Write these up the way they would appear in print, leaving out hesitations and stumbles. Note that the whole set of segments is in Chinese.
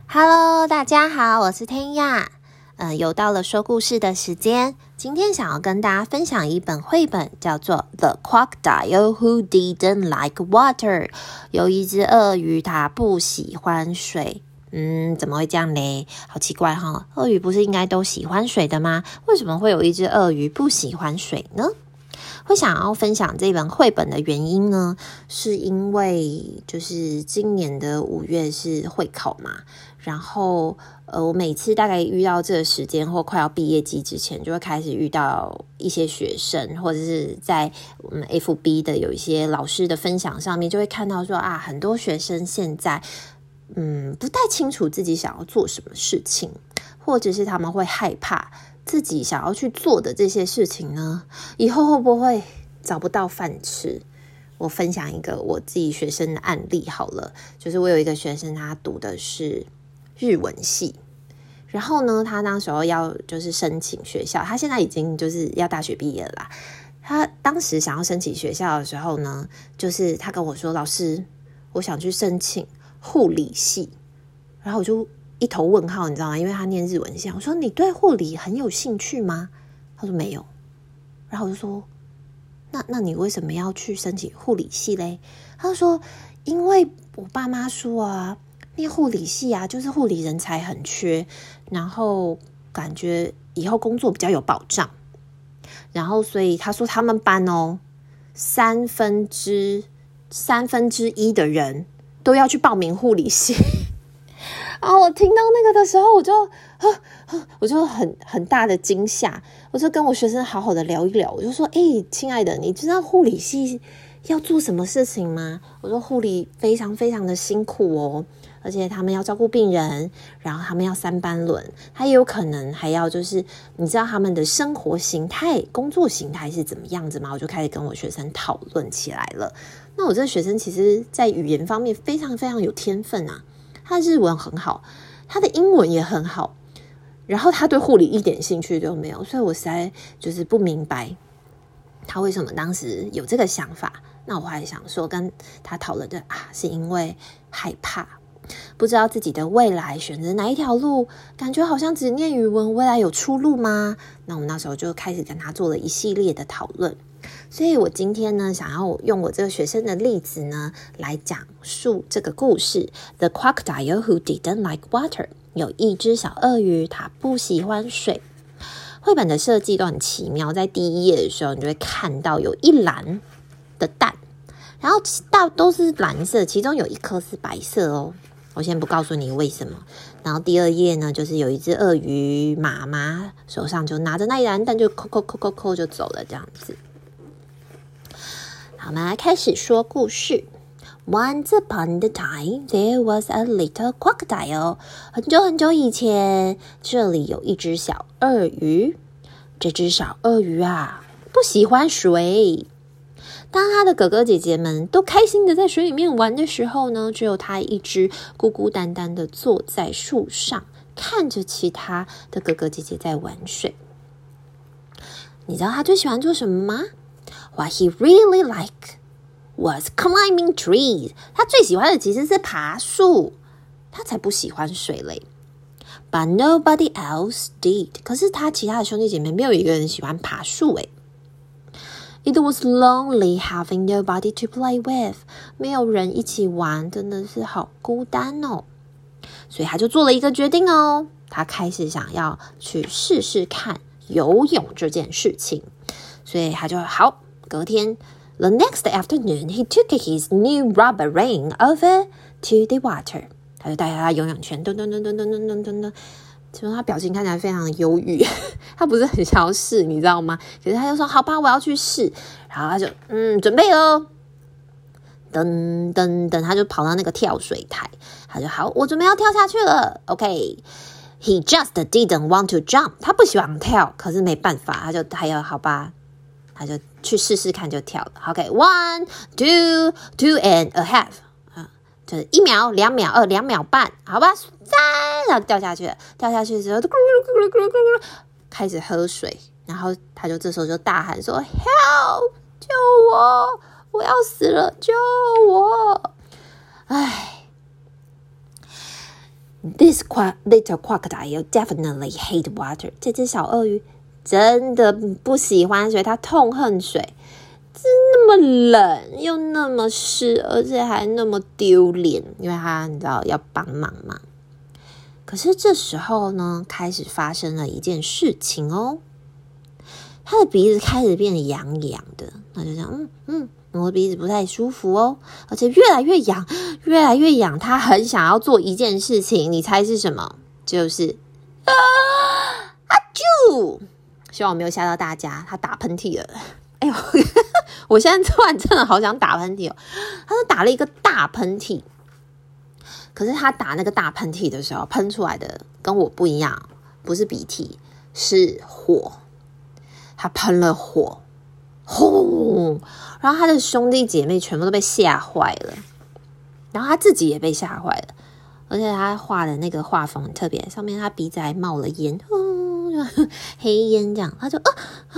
Hello， 大家好，我是天亚。又到了说故事的时间。今天想要跟大家分享一本绘本，叫做《The Crocodile Who Didn't Like Water》。有一只鳄鱼，它不喜欢水。怎么会这样嘞？好奇怪哈！鳄鱼不是应该都喜欢水的吗？为什么会有一只鳄鱼不喜欢水呢？会想要分享这本绘本的原因呢，是因为就是今年的5月是会考嘛，然后我每次大概遇到这个时间或快要毕业季之前，就会开始遇到一些学生，或者是在我们 FB 的有一些老师的分享上面，就会看到说很多学生现在不太清楚自己想要做什么事情，或者是他们会害怕自己想要去做的这些事情呢，以后会不会找不到饭吃？我分享一个我自己学生的案例好了，就是我有一个学生，他读的是日文系，然后呢，他那时候要就是申请学校，他现在已经就是要大学毕业了啦。他当时想要申请学校的时候呢，就是他跟我说：“老师，我想去申请护理系。”然后我就一头问号，你知道吗？因为他念日文系。我说：“你对护理很有兴趣吗？”他说：“没有。”然后我就说：“那你为什么要去申请护理系嘞？”他就说：“因为我爸妈说念护理系就是护理人才很缺，然后感觉以后工作比较有保障。然后所以他说他们班三分之一的人都要去报名护理系。”然后我听到那个的时候，我就很大的惊吓，我就跟我学生好好的聊一聊，我就说：“亲爱的，你知道护理系要做什么事情吗？”我说：“护理非常非常的辛苦而且他们要照顾病人，然后他们要3班轮，他也有可能还要就是你知道他们的生活形态、工作形态是怎么样子吗？”我就开始跟我学生讨论起来了。那我这个学生其实在语言方面非常非常有天分啊。他日文很好，他的英文也很好，然后他对护理一点兴趣都没有，所以我实在就是不明白他为什么当时有这个想法。那我还想说跟他讨论的是因为害怕，不知道自己的未来选择哪一条路，感觉好像只念语文未来有出路吗？那我们那时候就开始跟他做了一系列的讨论。所以我今天呢，想要用我这个学生的例子呢，来讲述这个故事 The Crocodile Who Didn't Like Water。 有一只小鳄鱼，它不喜欢水。绘本的设计都很奇妙，在第1页的时候，你就会看到有一篮的蛋，然后都是蓝色，其中有一颗是白色我先不告诉你为什么。然后第2页呢，就是有一只鳄鱼妈妈手上就拿着那一篮蛋，就扣就走了这样子。好，我们来开始说故事。Once upon a time, there was a little crocodile. 很久很久以前，这里有一只小鳄鱼。这只小鳄鱼不喜欢水。当他的哥哥姐姐们都开心的在水里面玩的时候呢，只有他一只孤孤单单的坐在树上，看着其他的哥哥姐姐在玩水。你知道他最喜欢做什么吗？What he really liked was climbing trees. 他最喜欢的其实是爬树，他才不喜欢水嘞。But nobody else did. 可是他其他的兄弟姐妹没有一个人喜欢爬树It was lonely having nobody to play with. 没有人一起玩，真的是好孤单所以他就做了一个决定他开始想要去试试看游泳这件事情。所以他就好，隔天 The next afternoon, he took his new rubber ring over to the water. 他就带他游泳圈，噔噔噔噔噔噔噔噔噔。其实他表情看起来非常的忧郁，他不是很想要试，你知道吗？可是他就说：“好吧，我要去试。”然后他就准备咯，噔噔噔，他就跑到那个跳水台，他就好，我准备要跳下去了。OK。He just didn't want to jump. 他不喜欢跳，可是没办法，他要好吧，他就去试试看，就跳了。OK，1, 2, 2 and a half， 就是1秒、2秒、2秒半，好吧，3，然后掉下去了。掉下去之后，咕噜咕噜咕噜咕噜，开始喝水，然后他就这时候就大喊说 ：“Help！ 救我！我要死了！救我！” This little crocodile definitely hate water. 这只小鳄鱼真的不喜欢水，它痛恨水。那么冷又那么湿，而且还那么丢脸，因为它你知道要帮忙嘛。可是这时候呢，开始发生了一件事情哦，它的鼻子开始变得痒痒的，那就讲我的鼻子不太舒服哦，而且越来越痒，越来越痒。它很想要做一件事情，你猜是什么？就是啾！希望我没有吓到大家，它打喷嚏了。哎呦，我现在突然真的好想打喷嚏哦！他就打了一个大喷嚏，可是他打那个大喷嚏的时候，喷出来的跟我不一样，不是鼻涕，是火。他喷了火，轰！然后他的兄弟姐妹全部都被吓坏了，然后他自己也被吓坏了，而且他画的那个画风很特别，上面他鼻子还冒了烟，黑烟这样，他就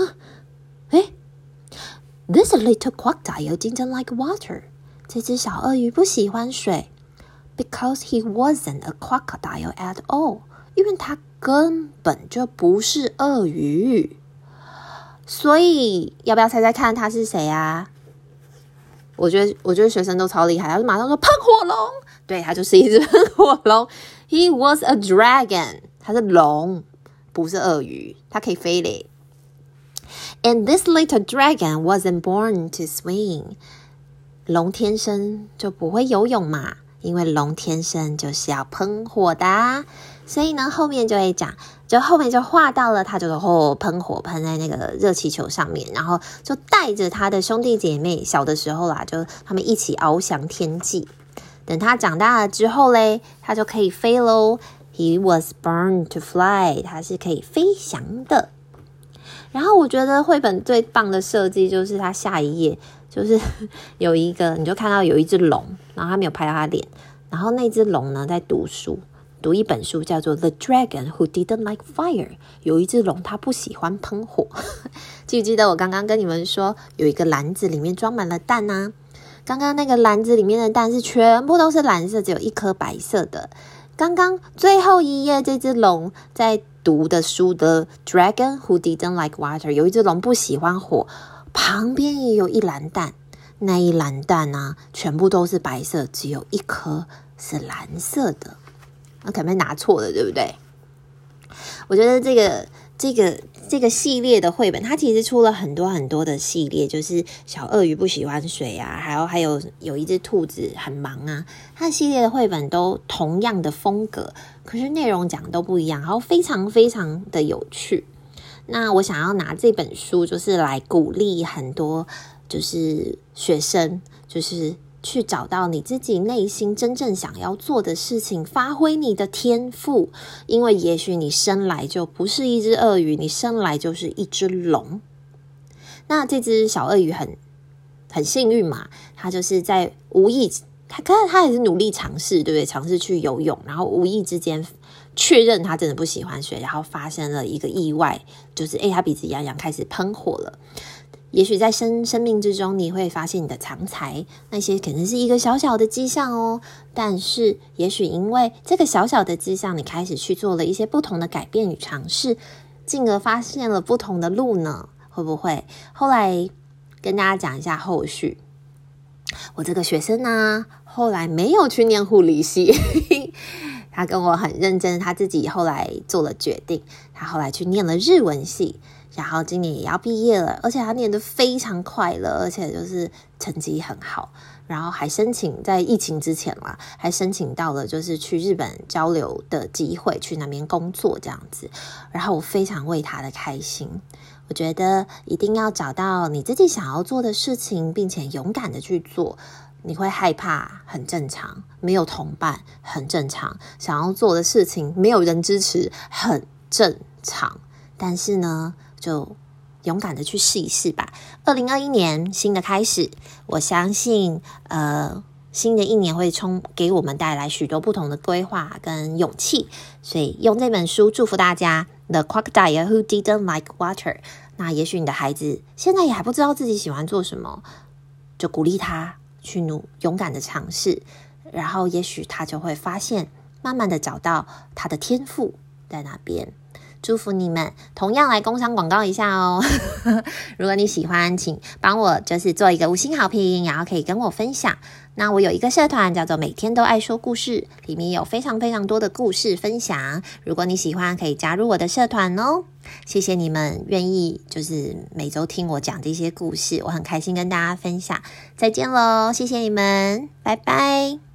This little crocodile didn't like water. 这只小鳄鱼不喜欢水 because he wasn't a crocodile at all. 因为他根本就不是鳄鱼。所以要不要猜猜看他是谁啊？我觉得学生都超厉害，他就马上说喷火龙。对，他就是一只喷火龙。He was a dragon. 他是龙，不是鳄鱼，他可以飞嘞。And this little dragon wasn't born to swim. 龙天生就不会游泳嘛，因为龙天生就是要喷火的啊。所以呢，后面就会讲，就后面就画到了，他就是喷火喷在那个热气球上面，然后就带着他的兄弟姐妹，小的时候啦，就他们一起翱翔天际。等他长大了之后嘞，他就可以飞咯。He was born to fly. 他是可以飞翔的。然后我觉得绘本最棒的设计就是它下一页就是有一个，你就看到有一只龙，然后它没有拍到它脸，然后那只龙呢在读书，读一本书叫做 The Dragon Who Didn't Like Fire。 有一只龙它不喜欢喷火记不记得我刚刚跟你们说有一个篮子里面装满了蛋啊？刚刚那个篮子里面的蛋是全部都是蓝色，只有一颗白色的。刚刚最后一页这只龙在读的书的 Dragon Who Didn't Like Water， 有一只龙不喜欢火，旁边也有一篮蛋，那一篮蛋啊全部都是白色，只有一颗是蓝色的。那可能拿错了，对不对？我觉得这个系列的绘本，它其实出了很多很多的系列，就是小鳄鱼不喜欢水啊，还有一只兔子很忙啊，它的系列的绘本都同样的风格，可是内容讲都不一样，然后非常非常的有趣。那我想要拿这本书就是来鼓励很多就是学生，就是去找到你自己内心真正想要做的事情，发挥你的天赋，因为也许你生来就不是一只鳄鱼，你生来就是一只龙。那这只小鳄鱼很幸运嘛，它就是在无意，它也是努力尝试，对不对？尝试去游泳，然后无意之间确认它真的不喜欢水，然后发生了一个意外，就是它鼻子痒痒开始喷火了。也许在生命之中你会发现你的长才，那些可能是一个小小的迹象哦，但是也许因为这个小小的迹象，你开始去做了一些不同的改变与尝试，进而发现了不同的路呢？会不会？后来跟大家讲一下后续。我这个学生呢，后来没有去念护理系他跟我很认真，他自己后来做了决定，他后来去念了日文系，然后今年也要毕业了，而且他念得非常快乐，而且就是成绩很好，然后还申请在疫情之前啦，还申请到了就是去日本交流的机会，去那边工作这样子，然后我非常为他的开心。我觉得一定要找到你自己想要做的事情，并且勇敢的去做。你会害怕，很正常，没有同伴很正常，想要做的事情没有人支持很正常，但是呢就勇敢的去试一试吧。2021年新的开始，我相信新的一年会给我们带来许多不同的规划跟勇气，所以用这本书祝福大家 The Crocodile Who Didn't Like Water。 那也许你的孩子现在也还不知道自己喜欢做什么，就鼓励他去勇敢的尝试，然后也许他就会发现慢慢的找到他的天赋在哪边。祝福你们，同样来工商广告一下哦。如果你喜欢，请帮我就是做一个5星好评，然后可以跟我分享。那我有一个社团叫做每天都爱说故事，里面有非常非常多的故事分享。如果你喜欢，可以加入我的社团哦。谢谢你们愿意就是每周听我讲这些故事，我很开心跟大家分享。再见咯，谢谢你们，拜拜。